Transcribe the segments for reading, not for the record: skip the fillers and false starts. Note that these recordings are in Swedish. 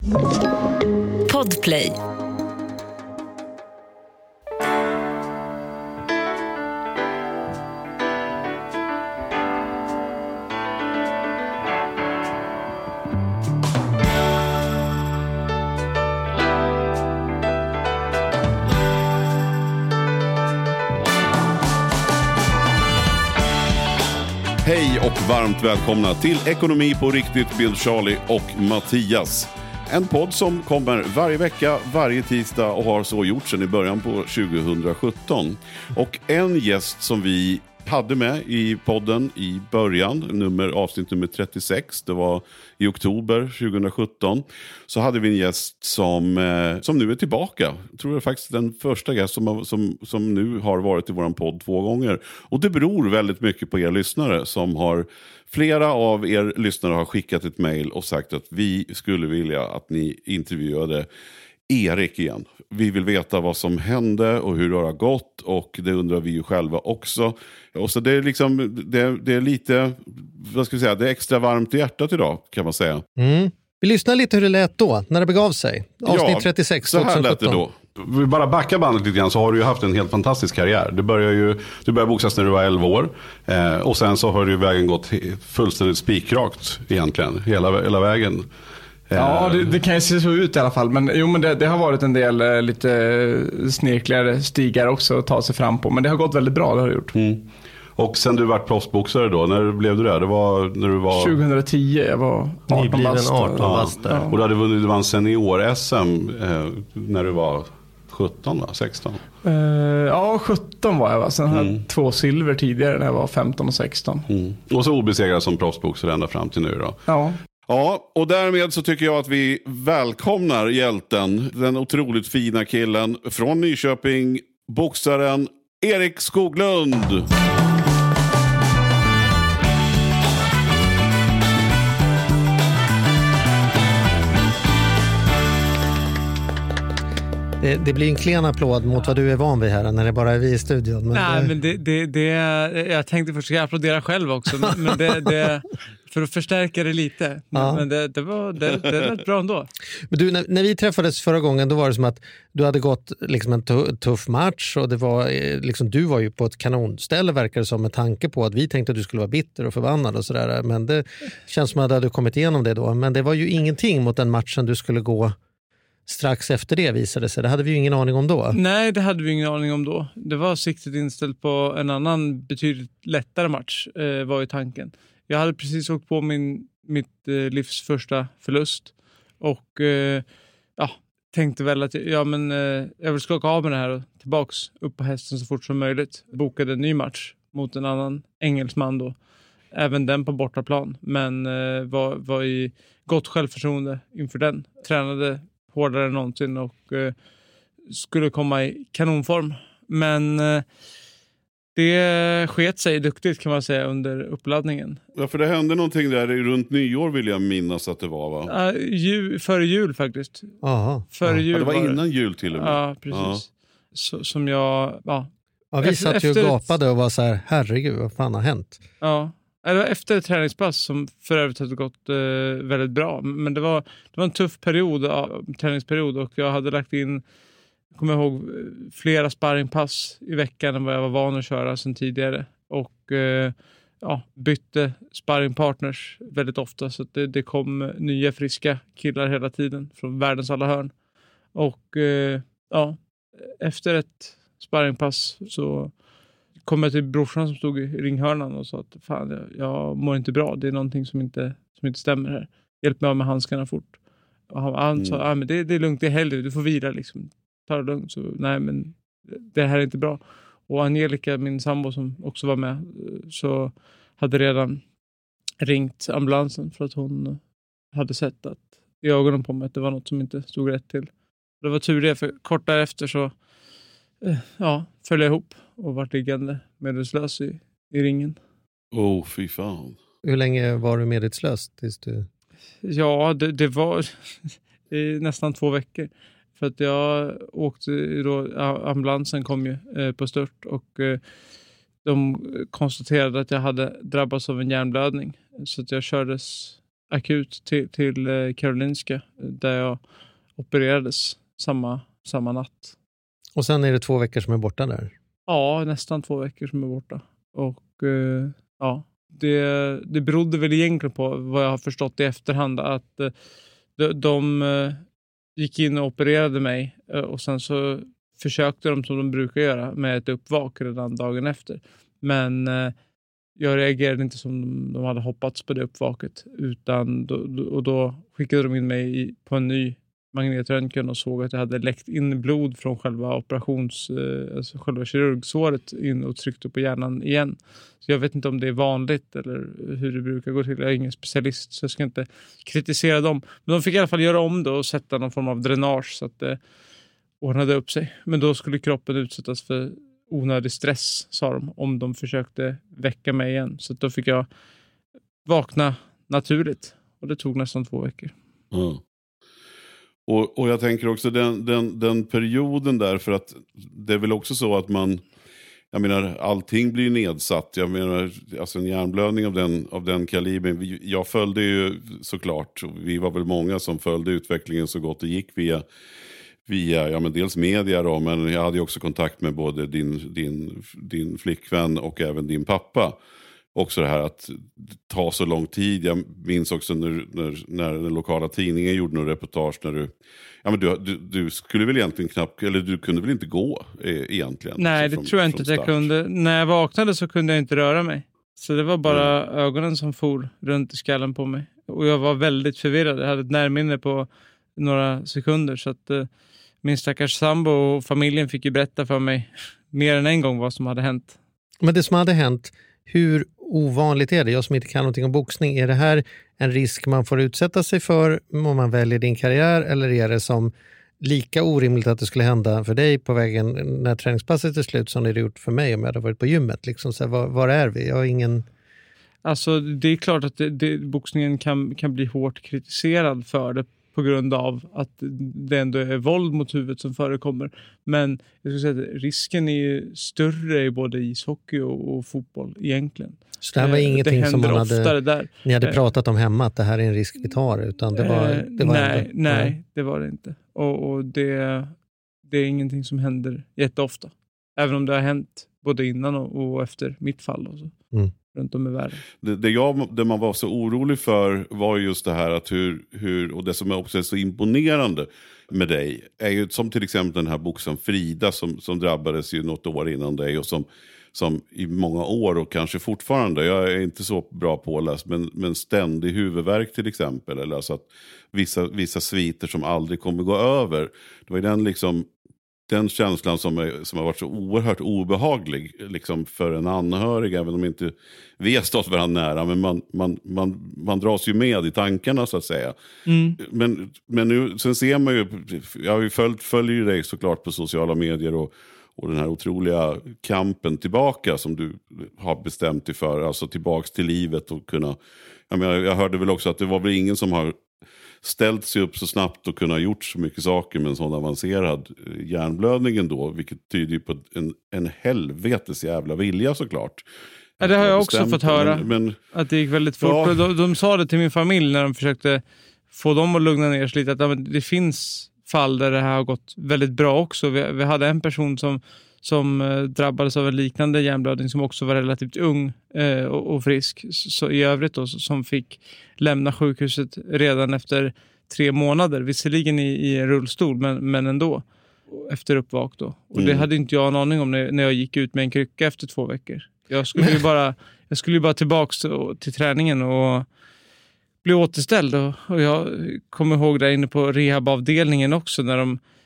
Podplay. Hej och varmt välkomna till Ekonomi på riktigt med Charlie och Mattias. En podd som kommer varje vecka, varje tisdag och har så gjort sedan i början på 2017. Och en gäst som vi hade med i podden i början, avsnitt nummer 36, det var i oktober 2017, så hade vi en gäst som nu är tillbaka. Jag tror det är faktiskt den första gäst som nu har varit i våran podd 2 gånger. Och det beror väldigt mycket på er lyssnare flera av er lyssnare har skickat ett mejl och sagt att vi skulle vilja att ni intervjuade Erik igen. Vi vill veta vad som hände och hur det har gått, och det undrar vi ju själva också. Och så det är liksom det är lite, vad ska vi säga, det är extra varmt i hjärtat idag, kan man säga. Vi lyssnar lite hur det lät då, när det begav sig. Avsnitt 36, så här lät det då. Vi bara backar bandet lite grann, så har du ju haft en helt fantastisk karriär. Du började boxas när du var 11 år. Och sen så har ju vägen gått fullständigt spikrakt egentligen, hela vägen. Ja, det kan ju se så ut i alla fall. Men det har varit en del lite snirkligare stigar också att ta sig fram på. Men det har gått väldigt bra, det har det gjort. Och sen du vart proffsboxare då, när blev du det? Det var när du var 2010, jag var 18 bast. Ja. Och du vann senior-SM när du var 17, va? 16? Ja, 17 var jag, va? Sen hade jag 2 silver tidigare när jag var 15 och 16. Och så obesegrad som proffsboxare ända fram till nu då. Ja. Ja, och därmed så tycker jag att vi välkomnar hjälten, den otroligt fina killen från Nyköping, boxaren Erik Skoglund. Det blir en klen applåd mot vad du är van vid här när det bara är vi i studion. Men jag tänkte först ska jag applådera själv också, men det för att förstärka det lite. Ja. Men det var rätt bra ändå. Men du, när vi träffades förra gången, då var det som att du hade gått liksom en tuff match, och det var liksom, du var ju på ett kanonställe, verkar det som, med tanke på att vi tänkte att du skulle vara bitter och förbannad och sådär. Men det känns som att du hade kommit igenom det då. Men det var ju ingenting mot den matchen du skulle gå strax efter det, visade sig. Det hade vi ju ingen aning om då. Nej, det hade vi ingen aning om då. Det var siktet inställt på en annan betydligt lättare match, var ju tanken. Jag hade precis åkt på mitt livs första förlust. Och tänkte väl att jag vill skaka av med det här och tillbaks upp på hästen så fort som möjligt. Bokade en ny match mot en annan engelsman då. Även den på bortaplan. Men var i gott självförtroende inför den. Tränade hårdare än någonsin och skulle komma i kanonform. Men det sket sig duktigt, kan man säga, under uppladdningen. Ja, för det hände någonting där runt nyår, vill jag minnas att det var, va? Före jul faktiskt. Aha. Före jul det var innan jul till och med. Ja, precis. Så, som jag... Ja, vi satt ju och gapade och var så här, herregud, vad fan har hänt? Ja. Det var efter ett träningspass som för övrigt hade gått väldigt bra. Men det var en tuff träningsperiod, och jag hade lagt in, jag kommer ihåg, flera sparringpass i veckan än vad jag var van att köra sedan tidigare. Och bytte sparringpartners väldigt ofta, så att det kom nya friska killar hela tiden från världens alla hörn. Och efter ett sparringpass så kom jag till brorsan som stod i ringhörnan och sa att fan, jag mår inte bra. Det är någonting som inte stämmer här. Hjälp mig av med handskarna fort. Och han sa, men det är lugnt, det är helg, du får vila liksom. Ta det lugnt. Så, nej, men det här är inte bra. Och Angelica, min sambo som också var med, så hade redan ringt ambulansen för att hon hade sett att i ögonen på mig att det var något som inte stod rätt till. Det var tur det, för kort därefter så föll jag ihop och vart liggande medvetslös i ringen. Fy fan. Hur länge var du medvetslös tills du... Ja, det var nästan 2 veckor. För att jag åkte då, ambulansen kom ju på stört, och de konstaterade att jag hade drabbats av en hjärnblödning. Så att jag kördes akut till Karolinska där jag opererades samma natt. Och sen är det 2 veckor som är borta där? Ja, nästan 2 veckor som är borta. Och ja, det berodde väl egentligen på vad jag har förstått i efterhand att de gick in och opererade mig och sen så försökte de som de brukar göra med ett uppvak redan dagen efter. Men jag reagerade inte som de hade hoppats på det uppvaket utan då skickade de in mig på en ny magnetröntgen och såg att jag hade läckt in blod från själva alltså själva kirurgsåret in och tryckte på hjärnan igen. Så jag vet inte om det är vanligt eller hur det brukar gå till. Jag är ingen specialist så jag ska inte kritisera dem. Men de fick i alla fall göra om det och sätta någon form av dränage så att det ordnade upp sig. Men då skulle kroppen utsättas för onödig stress, sa de, om de försökte väcka mig igen. Så då fick jag vakna naturligt. Och det tog nästan 2 veckor. Mm. Och jag tänker också den perioden där, för att det är väl också så att jag menar, allting blir nedsatt. Jag menar, alltså en hjärnblödning av den kalibern. Jag följde ju såklart, vi var väl många som följde utvecklingen så gott det gick via ja, men dels media då, men jag hade ju också kontakt med både din flickvän och även din pappa. Också det här att ta så lång tid. Jag minns också när den lokala tidningen gjorde någon reportage när du skulle väl egentligen knappt, eller du kunde väl inte gå egentligen? Nej, det tror jag inte att jag kunde. När jag vaknade så kunde jag inte röra mig. Så det var bara ögonen som for runt i skallen på mig. Och jag var väldigt förvirrad. Jag hade ett närminne på några sekunder så att min stackars sambo och familjen fick ju berätta för mig mer än en gång vad som hade hänt. Men det som hade hänt, hur ovanligt är det? Jag som inte kan någonting om boxning, är det här en risk man får utsätta sig för om man väljer din karriär, eller är det som lika orimligt att det skulle hända för dig på vägen när träningspasset är slut som det gjort för mig om jag hade varit på gymmet? Liksom, så här, var är vi? Jag har ingen... Alltså det är klart att boxningen kan bli hårt kritiserad för det på grund av att det ändå är våld mot huvudet som förekommer. Men jag skulle säga att risken är ju större i både ishockey och fotboll egentligen. Så det här var ingenting som ni hade pratat om hemma, att det här är en risk vi tar, utan det var nej, det var det inte. Och det är ingenting som händer jätteofta. Även om det har hänt både innan och efter mitt fall och så. Runt om i världen. Det man var så orolig för var just det här att hur och det som är också så imponerande med dig är ju som till exempel den här boxaren Frida som drabbades ju något år innan dig och som i många år och kanske fortfarande, jag är inte så bra påläst, men ständig huvudvärk till exempel, eller alltså att vissa sviter som aldrig kommer gå över. Det var ju den känslan som har varit så oerhört obehaglig liksom för en anhörig, även om inte vi har stått varandra nära, men man dras ju med i tankarna så att säga. Men nu, sen ser man ju, jag har ju följer ju dig såklart på sociala medier och den här otroliga kampen tillbaka som du har bestämt dig för, alltså tillbaks till livet och kunna, jag hörde väl också att det var väl ingen som har ställt sig upp så snabbt och kunna gjort så mycket saker med en sån avancerad hjärnblödning ändå, vilket tyder ju på en helvetes jävla vilja såklart. Ja, det har jag också fått höra, att det gick väldigt fort. Ja. De sa det till min familj när de försökte få dem att lugna ner sig lite, att det finns fall där det här har gått väldigt bra också. Vi hade en person som drabbades av en liknande hjärnblödning som också var relativt ung och frisk så i övrigt då, som fick lämna sjukhuset redan efter 3 månader, visserligen i rullstol men ändå efter uppvak då. Och det hade inte jag en aning om när jag gick ut med en krycka efter 2 veckor. Jag skulle ju bara tillbaks till träningen och bli återställd och jag kommer ihåg där inne på rehabavdelningen också när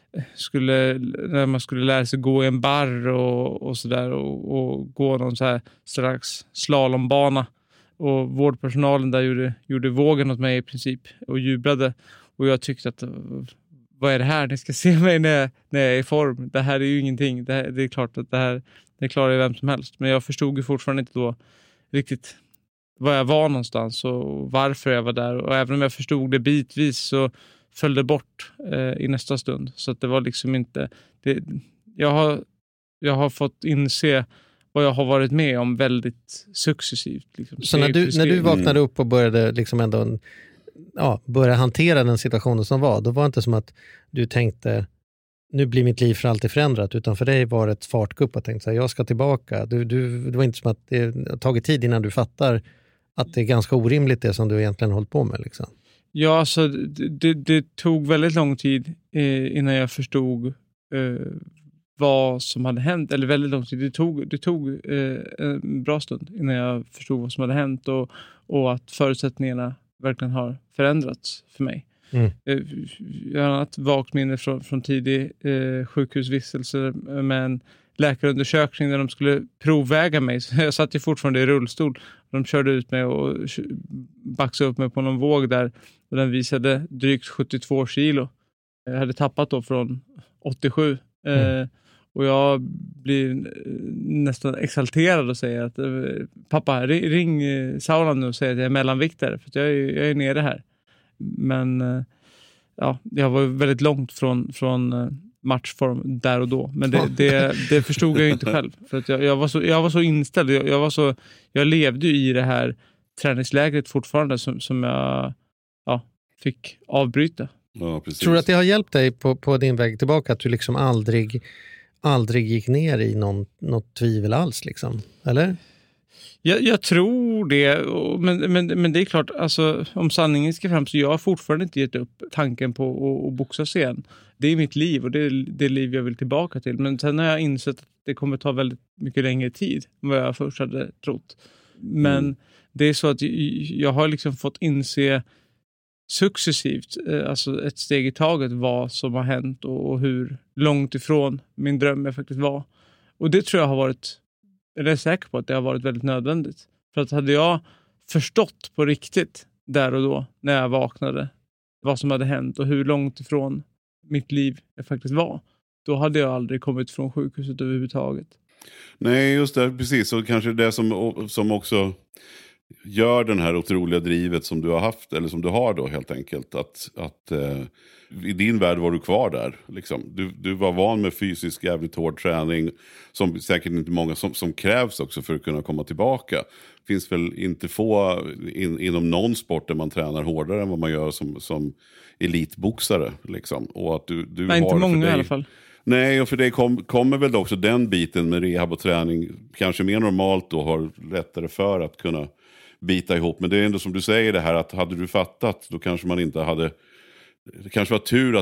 man skulle lära sig gå i en barr och sådär och gå någon så här slags slalombana och vårdpersonalen där gjorde vågen åt mig i princip och jublade och jag tyckte att vad är det här? Ni ska se mig när jag är i form. Det här är ju ingenting. Det är klart att det klarar ju vem som helst, men jag förstod ju fortfarande inte då riktigt var jag var någonstans och varför jag var där, och även om jag förstod det bitvis så föll det bort i nästa stund, så att det var liksom inte jag har fått inse vad jag har varit med om väldigt successivt liksom, så när du vaknade upp och började liksom ändå börja hantera den situationen som var. Då var det inte som att du tänkte nu blir mitt liv för alltid förändrat, utan för dig var det ett fartgupp att tänka så här, jag ska tillbaka. Det var inte som att det har tagit tid innan du fattar att det är ganska orimligt det som du egentligen hållit på med. Liksom. Ja, alltså det tog väldigt lång tid innan jag förstod vad som hade hänt. Eller väldigt lång tid. Det tog en bra stund innan jag förstod vad som hade hänt och att förutsättningarna verkligen har förändrats för mig. Jag har ett vagt minne från tidig sjukhusvistelse med en läkarundersökning där de skulle provväga mig. Så jag satt ju fortfarande i rullstol. De körde ut mig och baxade upp mig på någon våg där. Och den visade drygt 72 kilo. Jag hade tappat då från 87. Och jag blir nästan exalterad och säger att pappa, ring Saulan nu och säg att jag är mellanviktare. För att jag är nere här. Men jag var väldigt långt från matchform där och då. Men det förstod jag ju inte själv. För att jag var så inställd. Jag levde ju i det här träningslägret fortfarande som jag fick avbryta. Ja, precis. Tror du att det har hjälpt dig på din väg tillbaka att du liksom aldrig gick ner i något tvivel alls liksom? Eller? Jag tror det, men det är klart, alltså, om sanningen ska fram så jag har fortfarande inte gett upp tanken på att boxas igen. Det är mitt liv och det är det liv jag vill tillbaka till. Men sen har jag insett att det kommer ta väldigt mycket längre tid än vad jag först hade trott. Men det är så att jag har liksom fått inse successivt, alltså ett steg i taget, vad som har hänt och hur långt ifrån min dröm jag faktiskt var. Och det tror jag har varit, eller jag är säker på att det har varit väldigt nödvändigt. För att hade jag förstått på riktigt där och då när jag vaknade vad som hade hänt och hur långt ifrån mitt liv jag faktiskt var, då hade jag aldrig kommit från sjukhuset överhuvudtaget. Nej, just det, precis. Och kanske det som också gör den här otroliga drivet som du har haft, eller som du har då helt enkelt, att i din värld var du kvar där. Liksom. Du var van med fysisk jävligt hård träning som säkert inte många som krävs också för att kunna komma tillbaka. Finns väl inte få inom någon sport där man tränar hårdare än vad man gör som elitboxare. Liksom. Och att du Nej, har inte många dig, i alla fall. Nej, och för dig kommer väl också den biten med rehab och träning kanske mer normalt och har lättare för att kunna bita ihop. Men det är ändå som du säger det här att hade du fattat, då kanske man inte hade. Det kanske var tur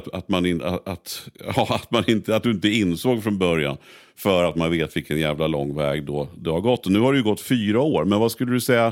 att du inte insåg från början, för att man vet vilken jävla lång väg då det har gått. Och nu har det ju gått 4 år. Men vad skulle du säga,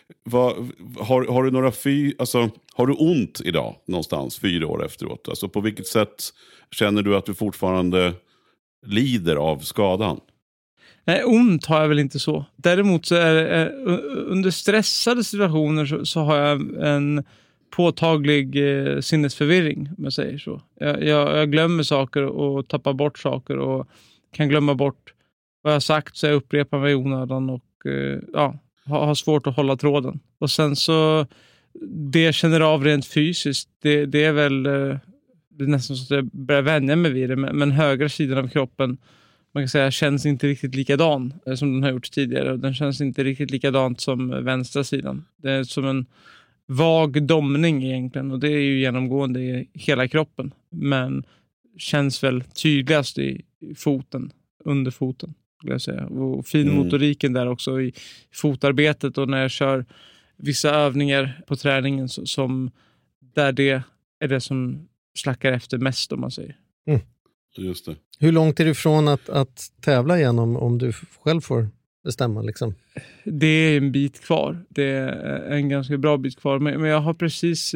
har du några har du ont idag någonstans 4 år efteråt? Alltså på vilket sätt känner du att du fortfarande lider av skadan? Nej, ont har jag väl inte så. Däremot så är det, under stressade situationer så har jag en påtaglig sinnesförvirring, om jag säger så. Jag glömmer saker och tappar bort saker och kan glömma bort vad jag har sagt, så jag upprepar mig i onödan och har svårt att hålla tråden. Och sen så det jag känner av rent fysiskt, det är väl det är nästan så att jag börjar vänja mig vid det, men högra sidan av kroppen, man kan säga, känns inte riktigt likadan som den har gjort tidigare, och den känns inte riktigt likadant som vänstra sidan. Det är som en vag domning egentligen, och det är ju genomgående i hela kroppen, men känns väl tydligast i foten, under foten skulle jag säga. Och finmotoriken där också i fotarbetet, och när jag kör vissa övningar på träningen som där det är det som slackar efter mest, om man säger. Just det. Hur långt är du ifrån att tävla igen om du själv får bestämma liksom? Det är en bit kvar. Det är en ganska bra bit kvar. Men jag har precis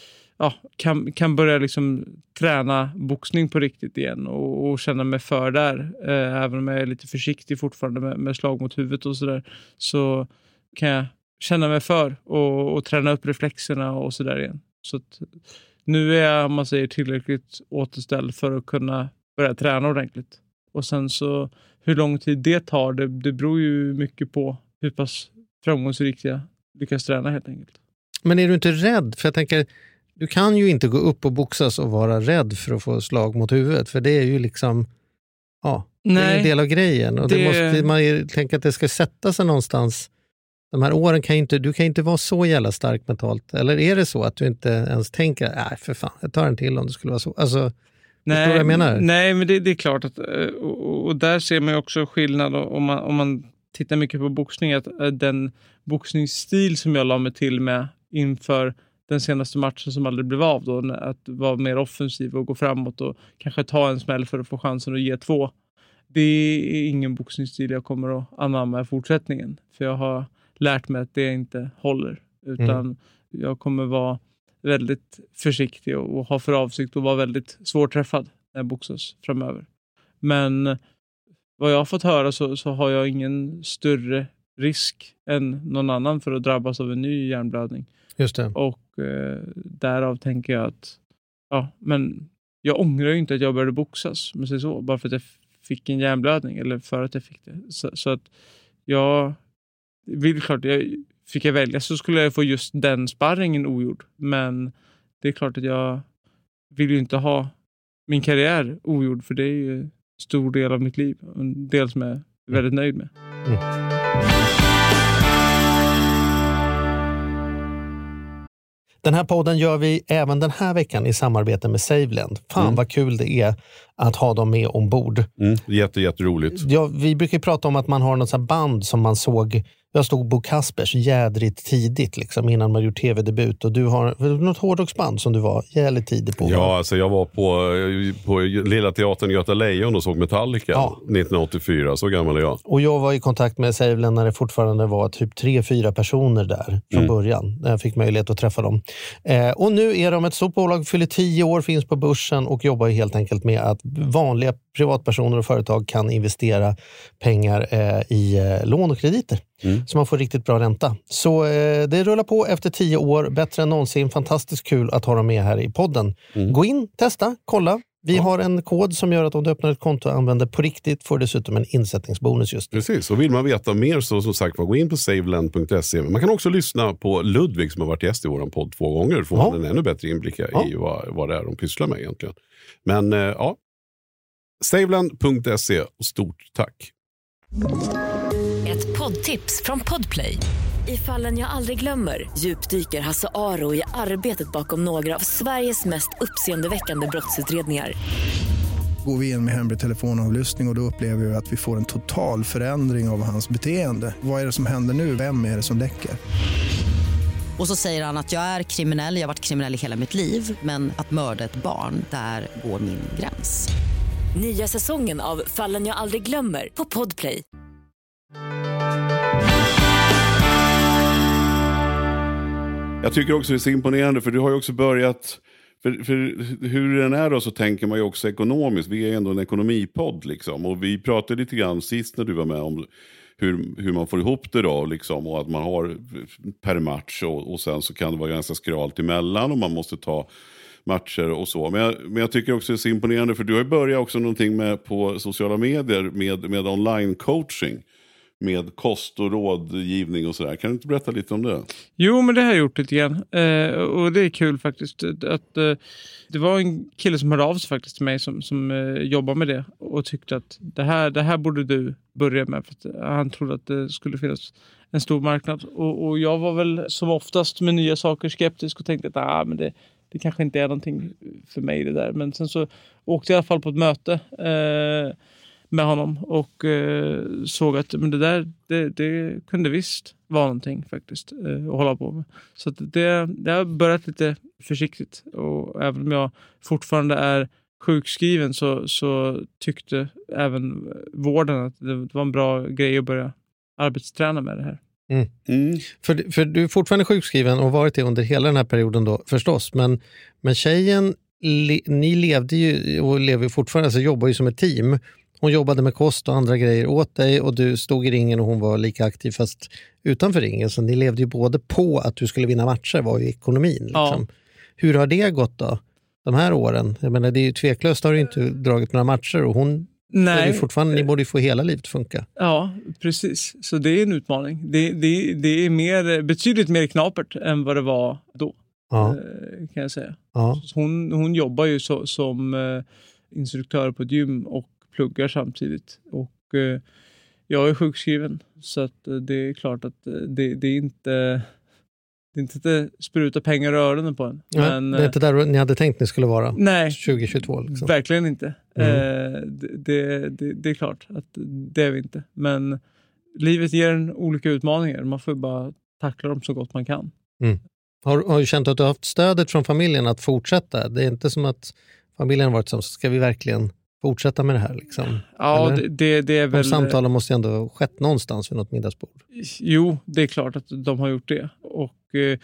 kan börja liksom träna boxning på riktigt igen och känna mig för där. Även om jag är lite försiktig fortfarande med slag mot huvudet och sådär, så kan jag känna mig för och träna upp reflexerna och sådär igen. Så att nu är jag, om man säger, tillräckligt återställd för att kunna börja träna ordentligt. Och sen så hur lång tid det tar, det beror ju mycket på hur pass framgångsrikt jag lyckas träna helt enkelt. Men är du inte rädd? För jag tänker, du kan ju inte gå upp och boxas och vara rädd för att få slag mot huvudet. För det är ju liksom, det är en del av grejen. Och det måste man ju tänka att det ska sätta sig någonstans De här åren du kan inte vara så jävla stark mentalt. Eller är det så att du inte ens tänker, nej för fan, jag tar en till om det skulle vara så. Alltså, nej, vad jag menar? Nej, men det är klart att, och där ser man ju också skillnad om man tittar mycket på boxning, att den boxningsstil som jag la mig till med inför den senaste matchen som aldrig blev av då, att vara mer offensiv och gå framåt och kanske ta en smäll för att få chansen att ge 2. Det är ingen boxningsstil jag kommer att anamma i fortsättningen. För jag har lärt mig att det inte håller. Utan jag kommer vara väldigt försiktig och ha för avsikt att vara väldigt svårträffad när jag boxas framöver. Men vad jag har fått höra så har jag ingen större risk än någon annan för att drabbas av en ny hjärnblödning. Just det. Och därav tänker jag att men jag ångrar ju inte att jag började boxas, men så bara för att jag fick en hjärnblödning eller för att jag fick det. Så att jag vill klart, fick jag välja så skulle jag få just den sparringen ogjord. Men det är klart att jag vill ju inte ha min karriär ogjord, för det är ju en stor del av mitt liv. En del som jag är väldigt nöjd med. Den här podden gör vi även den här veckan i samarbete med Saveland. Fan vad kul det är att ha dem med ombord. Jätteroligt. Ja, vi brukar prata om att man har något sånt band som man såg. Jag stod Bo Kaspers jädrigt tidigt liksom, innan man gjort tv-debut. Och du har något hårdrocksband som du var jävligt tidig på. Ja, alltså jag var på Lilla Teatern Göta Lejon och såg Metallica 1984. Så gammal är jag. Och jag var i kontakt med Saveland när det fortfarande var typ 3-4 personer där från början. När jag fick möjlighet att träffa dem. Och nu är de ett stort bolag, fyller 10 år, finns på börsen och jobbar helt enkelt med att vanliga privatpersoner och företag kan investera pengar i lån och krediter. Så man får riktigt bra ränta. Så det rullar på efter 10 år, bättre än någonsin. Fantastiskt kul att ha dem med här i podden. Gå in, testa, kolla. Vi har en kod som gör att om du öppnar ett konto och använder på riktigt får dessutom en insättningsbonus just nu. Precis, och vill man veta mer så som sagt gå in på saveland.se. Man kan också lyssna på Ludvig som har varit gäst i våran podd 2 gånger. Får man en ännu bättre inblick i vad det är de pysslar med egentligen. Men saveland.se och stort tack. Ett poddtips från Podplay. I Fallen jag aldrig glömmer djupdyker Hasse Aro i arbetet bakom några av Sveriges mest uppseendeväckande brottsutredningar. Går vi in med hemlig telefonavlyssning och då upplever vi att vi får en total förändring av hans beteende. Vad är det som händer nu? Vem är det som läcker? Och så säger han att jag är kriminell, jag har varit kriminell i hela mitt liv. Men att mörda ett barn, där går min gräns. Nya säsongen av Fallen jag aldrig glömmer på Podplay. Jag tycker också det är så imponerande, för du har ju också börjat, för hur den är då så tänker man ju också ekonomiskt. Vi är ändå en ekonomipodd liksom, och vi pratade lite grann sist när du var med om hur man får ihop det då liksom, och att man har per match och sen så kan det vara ganska skralt emellan och man måste ta matcher och så. Men jag tycker också det är så imponerande, för du har ju börjat också någonting med på sociala medier med online coaching. Med kost och rådgivning och sådär. Kan du inte berätta lite om det? Jo, men det har jag gjort lite grann. Och det är kul faktiskt. Att, det var en kille som hörde av sig faktiskt till mig som jobbar med det. Och tyckte att det här borde du börja med. För att han trodde att det skulle finnas en stor marknad. Och jag var väl som oftast med nya saker skeptisk och tänkte att men det kanske inte är någonting för mig det där. Men sen så åkte jag i alla fall på ett möte med honom och såg att men det kunde visst vara någonting faktiskt att hålla på med. Så att det har börjat lite försiktigt, och även om jag fortfarande är sjukskriven så tyckte även vården att det var en bra grej att börja arbetsträna med det här. För du är fortfarande sjukskriven och varit det under hela den här perioden då förstås, men tjejen, ni levde ju och lever fortfarande, alltså jobbar ju som ett team. Hon jobbade med kost och andra grejer åt dig och du stod i ringen och hon var lika aktiv fast utanför ringen. Så ni levde ju både på att du skulle vinna matcher, var ju ekonomin. Liksom. Ja. Hur har det gått då? De här åren? Jag menar, det är ju tveklöst, har du inte dragit några matcher och hon... Nej. Är fortfarande, ni borde ju få hela livet funka. Ja, precis. Så det är en utmaning. Det är betydligt mer knapert än vad det var då. Ja. Kan jag säga. Ja. Hon jobbar ju som instruktör på ett gym och pluggar samtidigt. Och Jag är sjukskriven, så att det är klart att det är inte spruta pengar i öronen på en. Nej, men, det är inte där ni hade tänkt ni skulle vara. Nej, 2022 liksom. Verkligen inte. Det är klart att det är vi inte. Men livet ger en olika utmaningar. Man får bara tackla dem så gott man kan. Har du känt att du har haft stödet från familjen att fortsätta? Det är inte som att familjen har varit som, ska vi verkligen fortsätta med det här liksom? Ja, det är väl... Samtalen måste ju ändå ha skett någonstans vid något middagsbord. Jo, det är klart att de har gjort det. Och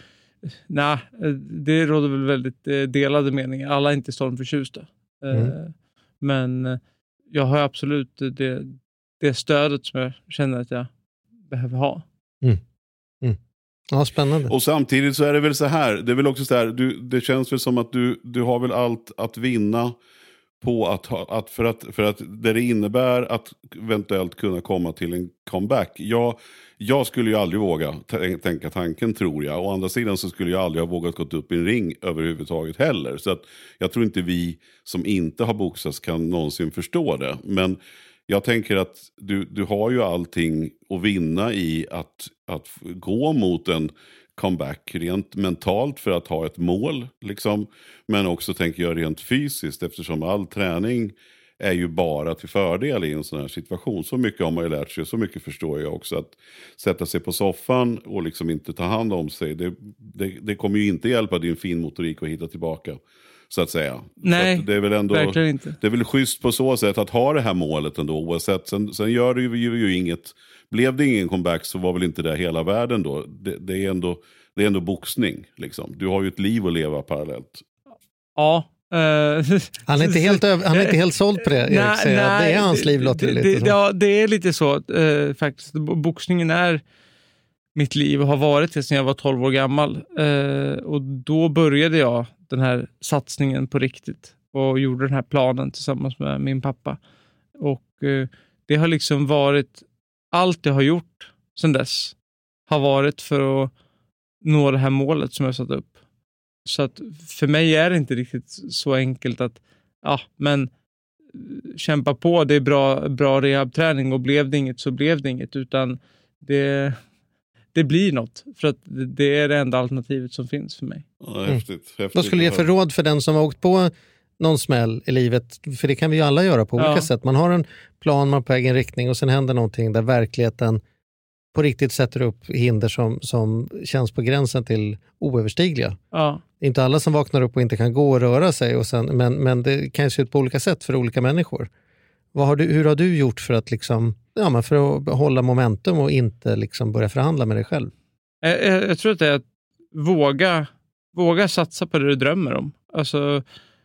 det råder väl väldigt delade meningar. Alla är inte stormförtjusta. Men jag har absolut det stödet som jag känner att jag behöver ha. Ja, spännande. Och samtidigt så är det väl så här, det är väl också så här, det känns väl som att du har väl allt att vinna på att för att det innebär att eventuellt kunna komma till en comeback. Jag skulle ju aldrig våga tänka tanken, tror jag. Å andra sidan så skulle jag aldrig ha vågat gått upp i en ring överhuvudtaget heller. Så att jag tror inte vi som inte har boxats kan någonsin förstå det. Men jag tänker att du har ju allting att vinna i att gå mot en comeback rent mentalt för att ha ett mål liksom. Men också tänker jag rent fysiskt, eftersom all träning är ju bara till fördel i en sån här situation. Så mycket har man ju lärt sig, så mycket förstår jag också, att sätta sig på soffan och liksom inte ta hand om sig. Det kommer ju inte hjälpa din finmotorik att hitta tillbaka, så att säga. Nej, så att det är väl ändå, verkligen inte. Det är väl schysst på så sätt att ha det här målet ändå, oavsett. Sen gör det ju inget. Blev det ingen comeback så var väl inte det hela världen då. Det är ändå boxning liksom. Du har ju ett liv att leva parallellt. Ja. Han är inte helt såld på det, Erik. Nej, det är hans liv, låter det lite. Ja, det är lite så faktiskt. Boxningen är mitt liv och har varit det sedan jag var 12 år gammal. Och då började jag den här satsningen på riktigt och gjorde den här planen tillsammans med min pappa. Och det har liksom varit, allt jag har gjort sedan dess har varit för att nå det här målet som jag satt upp. Så att för mig är det inte riktigt så enkelt att kämpa på, det är bra rehabträning, och blev det inget så blev det inget, utan det blir något, för att det är det enda alternativet som finns för mig. Ja, häftigt. Vad skulle du ge för råd för den som har åkt på någon smäll i livet? För det kan vi ju alla göra på olika sätt. Man har en plan, man är på egen riktning och sen händer någonting där verkligheten på riktigt sätter upp hinder som känns på gränsen till oöverstigliga. Ja. Det är inte alla som vaknar upp och inte kan gå och röra sig, och sen, men det kan ju se ut på olika sätt för olika människor. Hur har du gjort för att för att hålla momentum och inte liksom börja förhandla med dig själv? Jag tror att det är att våga satsa på det du drömmer om. Alltså,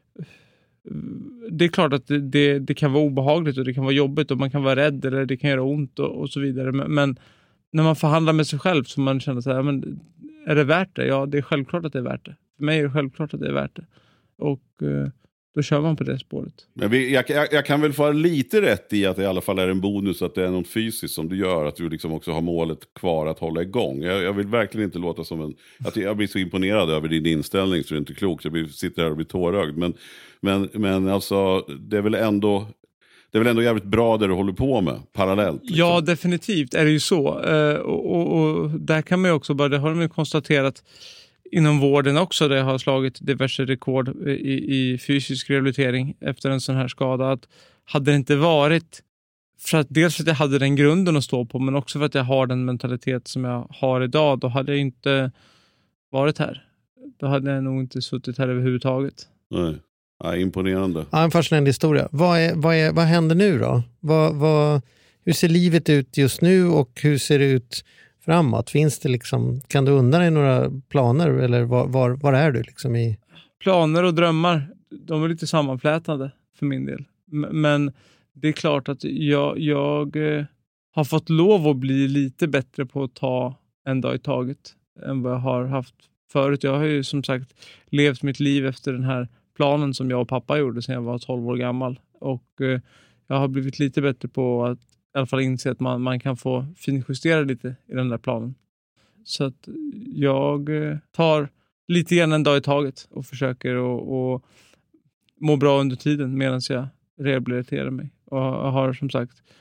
det är klart att det kan vara obehagligt och det kan vara jobbigt och man kan vara rädd eller det kan göra ont och så vidare. Men när man förhandlar med sig själv så man känner så här, men är det värt det? Ja, det är självklart att det är värt det. För mig är det självklart att det är värt det. Och då kör man på det spåret. Men jag kan väl få lite rätt i att det i alla fall är en bonus att det är något fysiskt som du gör, att du liksom också har målet kvar att hålla igång. Jag vill verkligen inte låta som att jag blir så imponerad över din inställning så det är inte klokt. Jag sitter här och blir tårögd. Men alltså, det är väl ändå jävligt bra det du håller på med parallellt. Liksom. Ja, definitivt är det ju så. Och där kan man ju också det har de ju konstaterat inom vården också, där jag har slagit diverse rekord i fysisk rehabilitering efter en sån här skada, att hade det inte varit dels för att jag hade den grunden att stå på, men också för att jag har den mentalitet som jag har idag, då hade jag inte varit här. Då hade jag nog inte suttit här överhuvudtaget. Nej. Ja, imponerande. Ja, en fascinerande historia. Vad händer nu då? Hur ser livet ut just nu och hur ser det ut framåt? Finns det kan du undra dig några planer, eller var är du i? Planer och drömmar, de är lite sammanflätade för min del. Men det är klart att jag har fått lov att bli lite bättre på att ta en dag i taget än vad jag har haft förut. Jag har ju som sagt levt mitt liv efter den här planen som jag och pappa gjorde sedan jag var 12 år gammal. Och jag har blivit lite bättre på att i alla fall inse att man kan få finjustera lite i den där planen. Så att jag tar lite grann en dag i taget och försöker att må bra under tiden medan jag rehabiliterar mig. Och jag har som sagt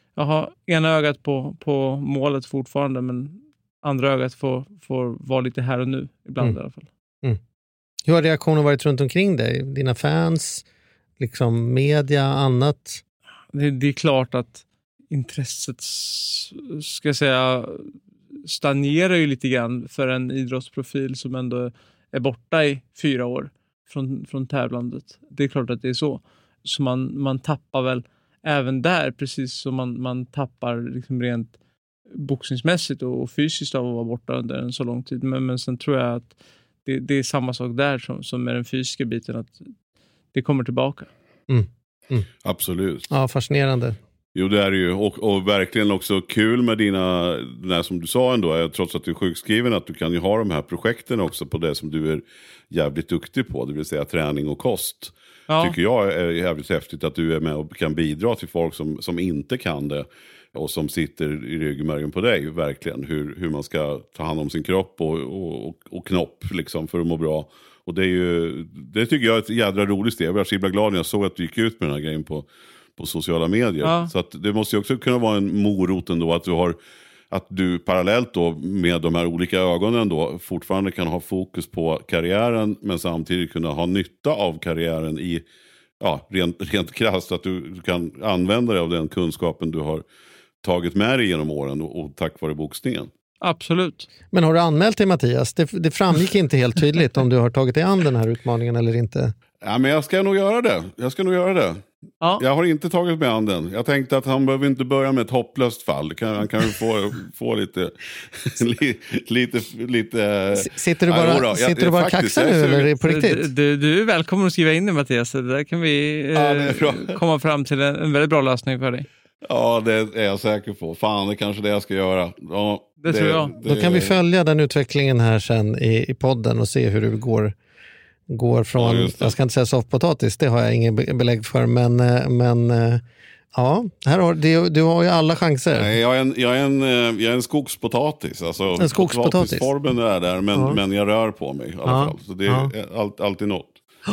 jag har ena ögat på målet fortfarande, men andra ögat får vara lite här och nu ibland i alla fall. Hur har reaktionen varit runt omkring dig? Dina fans, liksom media, annat? Det är klart att intresset, ska jag säga, stagnerar ju lite grann för en idrottsprofil som ändå är borta i 4 år från tävlandet. Det är klart att det är så. Så man tappar väl även där, precis som man tappar liksom rent boxningsmässigt och fysiskt av att vara borta under en så lång tid. Men sen tror jag att det är samma sak där som med den fysiska biten, att det kommer tillbaka. Absolut. Ja, fascinerande. Jo, det är det ju. Och verkligen också kul med dina, som du sa ändå, trots att du är sjukskriven, att du kan ju ha de här projekten också på det som du är jävligt duktig på, det vill säga träning och kost. Ja. Tycker jag är jävligt häftigt att du är med och kan bidra till folk som inte kan det och som sitter i ryggmärgen på dig, verkligen. Hur man ska ta hand om sin kropp och knopp liksom, för att må bra. Och det tycker jag är ett jädra roligt steg. Jag var så himla glad när jag såg att du gick ut med den här grejen på sociala medier. Ja. Så att det måste ju också kunna vara en morot ändå att du parallellt då med de här olika ögonen då fortfarande kan ha fokus på karriären, men samtidigt kunna ha nytta av karriären i rent krasst, att du kan använda dig av den kunskapen du har tagit med dig genom åren och tack vare boxningen. Absolut. Men har du anmält dig, Mattias? Det framgick inte helt tydligt om du har tagit dig an den här utmaningen eller inte. Ja, men jag ska nog göra det. Ja. Jag har inte tagit med an den. Jag tänkte att han behöver inte börja med ett hopplöst fall. Han kan få lite Sitter du bara kaxar nu eller är det på riktigt? Du är välkommen att skriva in det, Mattias. Det där kan vi komma fram till en väldigt bra lösning för dig. Ja, det är jag säker på. Fan, det är kanske det jag ska göra. Ja, det tror jag. Då kan vi följa den utvecklingen här sen i podden och se hur det går från, jag ska inte säga soffpotatis, det har jag ingen belägg för, men ja, du har ju alla chanser. Nej, jag är en skogspotatis, alltså en skogspotatis. Formen är där, men jag rör på mig i alla fall, så det är alltid något.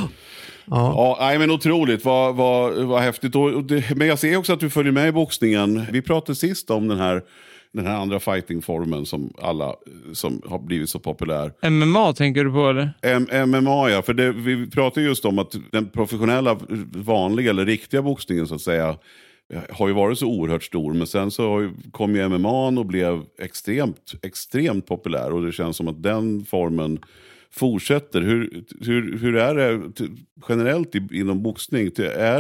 Ja, nej, men otroligt, vad häftigt. Men jag ser också att du följer med i boxningen. Vi pratade sist om den här andra fightingformen som har blivit så populär. MMA tänker du på, eller? MMA, ja. För vi pratade just om att den professionella, vanliga eller riktiga boxningen så att säga har ju varit så oerhört stor. Men sen så kom ju MMA och blev extremt populär. Och det känns som att den formen fortsätter. Hur är det generellt inom boxning? Är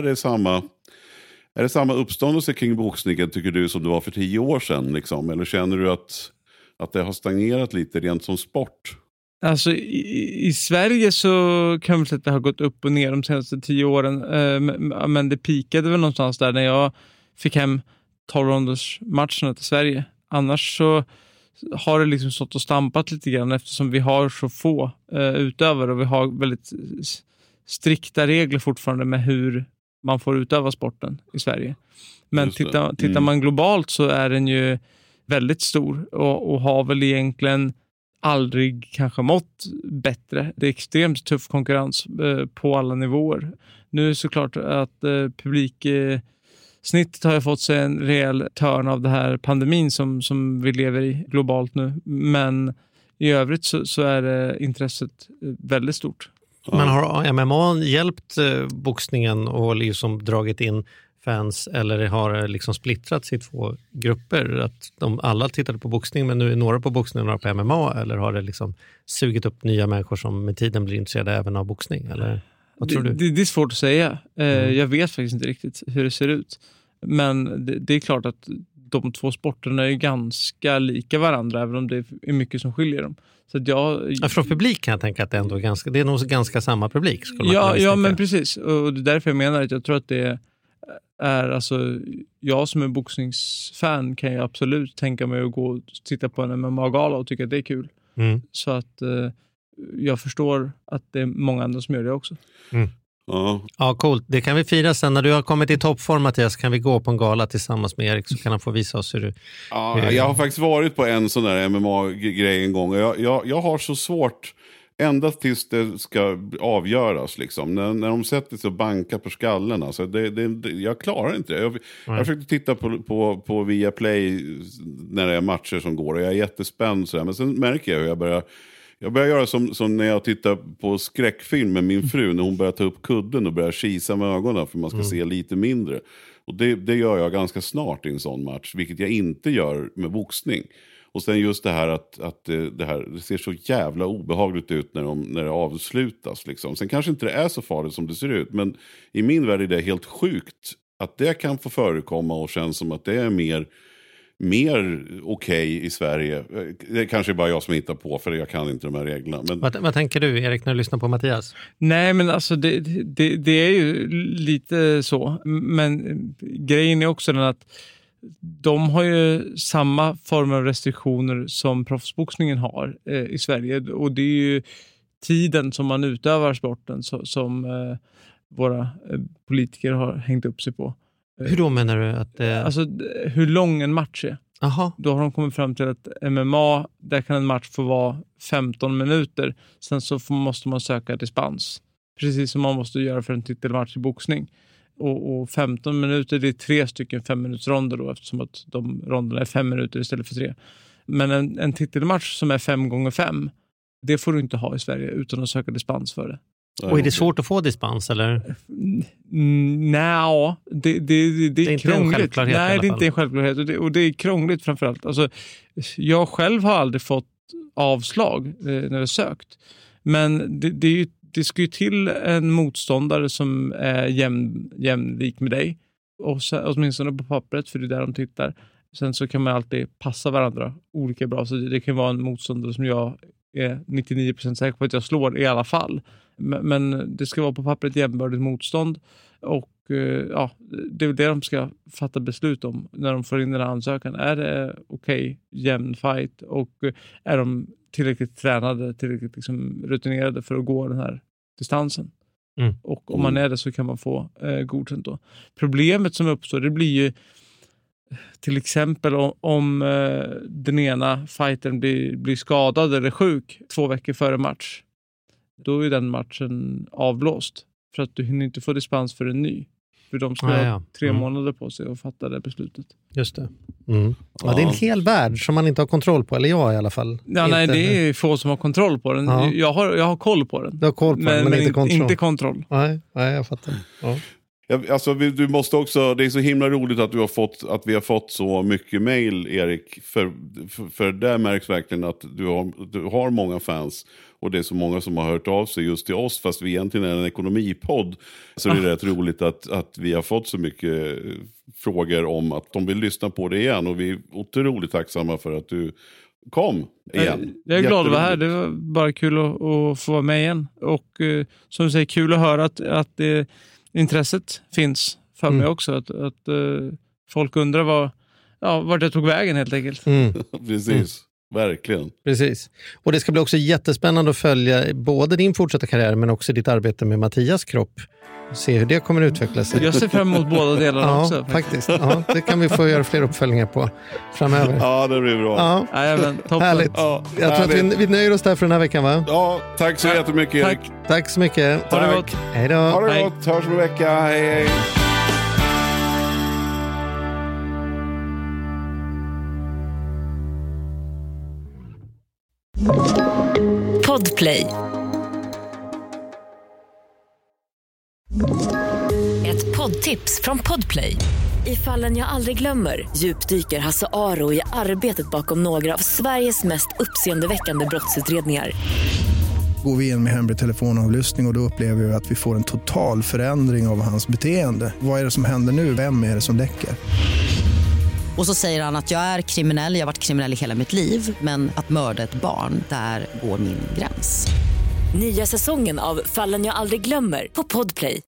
det samma uppståndelse kring boxningen, tycker du, som det var för 10 år sedan? Liksom? Eller känner du att det har stagnerat lite rent som sport? Alltså i Sverige så kan man säga att det har gått upp och ner de senaste 10 åren. Men det pikade väl någonstans där när jag fick hem 12-ronders matcherna till Sverige. Annars så har det liksom stått och stampat lite grann eftersom vi har så få utövare och vi har väldigt strikta regler fortfarande med hur man får utöva sporten i Sverige. Men tittar man globalt så är den ju väldigt stor och har väl egentligen aldrig kanske mått bättre. Det är extremt tuff konkurrens på alla nivåer. Nu är det såklart att publiksnittet har fått sig en rejäl törn av det här pandemin som vi lever i globalt nu. Men i övrigt så är intresset väldigt stort. Men har MMA hjälpt boxningen och liksom dragit in fans, eller har det liksom splittrats i 2 grupper? Att alla tittade på boxning men nu är några på boxning och några på MMA, eller har det liksom sugit upp nya människor som med tiden blir intresserade även av boxning? Eller vad tror du? Det är svårt att säga. Jag vet faktiskt inte riktigt hur det ser ut. Men det är klart att de 2 sporterna är ganska lika varandra, även om det är mycket som skiljer dem. Så att från publik kan jag tänka att det ändå det är nog ganska samma publik. Ja, men precis. Och det är därför jag menar att jag tror att det är, alltså, jag som är boxningsfan kan ju absolut tänka mig att gå och titta på en MMA-gala och tycka att det är kul. Så att jag förstår att det är många andra som gör det också. Ja, coolt. Det kan vi fira sen. När du har kommit i toppform, Mattias, kan vi gå på en gala tillsammans med Erik, så kan han få visa oss hur du... Ja, jag har faktiskt varit på en sån där MMA-grej en gång. Jag har så svårt Endast tills det ska avgöras liksom. När de sätter sig och bankar på skallen. Alltså, jag klarar inte det. Jag försökte titta på Viaplay när det är matcher som går. Och jag är jättespänd sådär. Men sen märker jag hur jag börjar göra som när jag tittar på skräckfilm med min fru. När hon börjar ta upp kudden och börjar kisa med ögonen. För man ska se lite mindre. Och det gör jag ganska snart i en sån match. Vilket jag inte gör med boxning. Och sen just det här att det ser så jävla obehagligt ut när det avslutas. Liksom. Sen kanske inte det är så farligt som det ser ut. Men i min värld är det helt sjukt att det kan få förekomma och känns som att det är mer okej i Sverige. Det kanske är bara jag som hittar på, för jag kan inte de här reglerna. Men... Vad tänker du, Erik, när du lyssnar på Mattias? Nej, men alltså det är ju lite så. Men grejen är också den att de har ju samma form av restriktioner som proffsboxningen har i Sverige. Och det är ju tiden som man utövar sporten som våra politiker har hängt upp sig på. Hur då menar du? Alltså hur lång en match är. Aha. Då har de kommit fram till att MMA, där kan en match få vara 15 minuter. Sen så måste man söka dispens. Precis som man måste göra för en titelmatch i boxning. Och 15 minuter, det är 3 stycken 5-minutersronder då, eftersom att de ronderna är 5 minuter istället för 3. Men en titelmatch som är 5x5, det får du inte ha i Sverige utan att söka dispens för det. Och är det svårt att få dispens, eller? Nej, det är inte krångligt. En självklarhet. Nej, det är inte en självklarhet. Och det är krångligt framförallt. Alltså, jag själv har aldrig fått avslag när jag sökt. Men det ska ju till en motståndare som är jämlik med dig. Och åtminstone på pappret, för det är där de tittar. Sen så kan man alltid passa varandra olika bra. Så det kan vara en motståndare som jag är 99% säker på att jag slår i alla fall. Men det ska vara på pappret jämnbördigt motstånd. Och ja, det är det de ska fatta beslut om när de får in den här ansökan. Är det okej, jämn fight? Och är de tillräckligt tränade, tillräckligt liksom rutinerade för att gå den här distansen? Och om man är det så kan man få godkänt då. Problemet som uppstår, det blir ju till exempel om den ena fightern blir skadad eller sjuk 2 veckor före match. Då är den matchen avblåst. För att du hinner inte få dispens för en ny. För de ska ha 3 månader på sig att fatta det beslutet. Just det. Ja, det är en hel värld som man inte har kontroll på. Eller jag i alla fall. Ja, nej, det är få som har kontroll på den. Ja. Jag har koll på den. Du har koll på den, men inte kontroll. Nej, jag fattar. Ja. Alltså, du måste också, det är så himla roligt att vi har fått så mycket mejl, Erik, för där märks verkligen att du har många fans och det är så många som har hört av sig just till oss, fast vi egentligen är en ekonomipodd, så det är rätt roligt att vi har fått så mycket frågor om att de vill lyssna på det igen, och vi är otroligt tacksamma för att du kom igen. Jag är glad att vara här, det var bara kul att få vara med igen, och som du säger, kul att höra att intresset finns för mig också. Att folk undrar vart det tog vägen helt enkelt. Precis, verkligen. Precis. Och det ska bli också jättespännande att följa både din fortsatta karriär men också ditt arbete med Mattias kropp. Se hur det kommer att utvecklas. Jag ser fram emot båda delarna också. Faktiskt. Ja, det kan vi få göra fler uppföljningar på framöver. Ja, det blir bra. Ja. Härligt. Ja, jag tror att vi nöjer oss där för den här veckan, va? Ja, tack så jättemycket, Erik. Tack så mycket. Ha det gott. Hej då. Ha det gott. Hörs om en vecka. Hej. Podplay. Ett poddtips från Podplay. I Fallen jag aldrig glömmer djupdyker Hasse Aro i arbetet bakom några av Sveriges mest uppseendeväckande brottsutredningar. Går vi in med hemlig telefonavlyssning och då upplever vi att vi får en total förändring av hans beteende. Vad är det som händer nu? Vem är det som läcker? Och så säger han att jag är kriminell, jag har varit kriminell i hela mitt liv. Men att mörda ett barn, där går min gräns. Nya säsongen av Fallen jag aldrig glömmer på Podplay.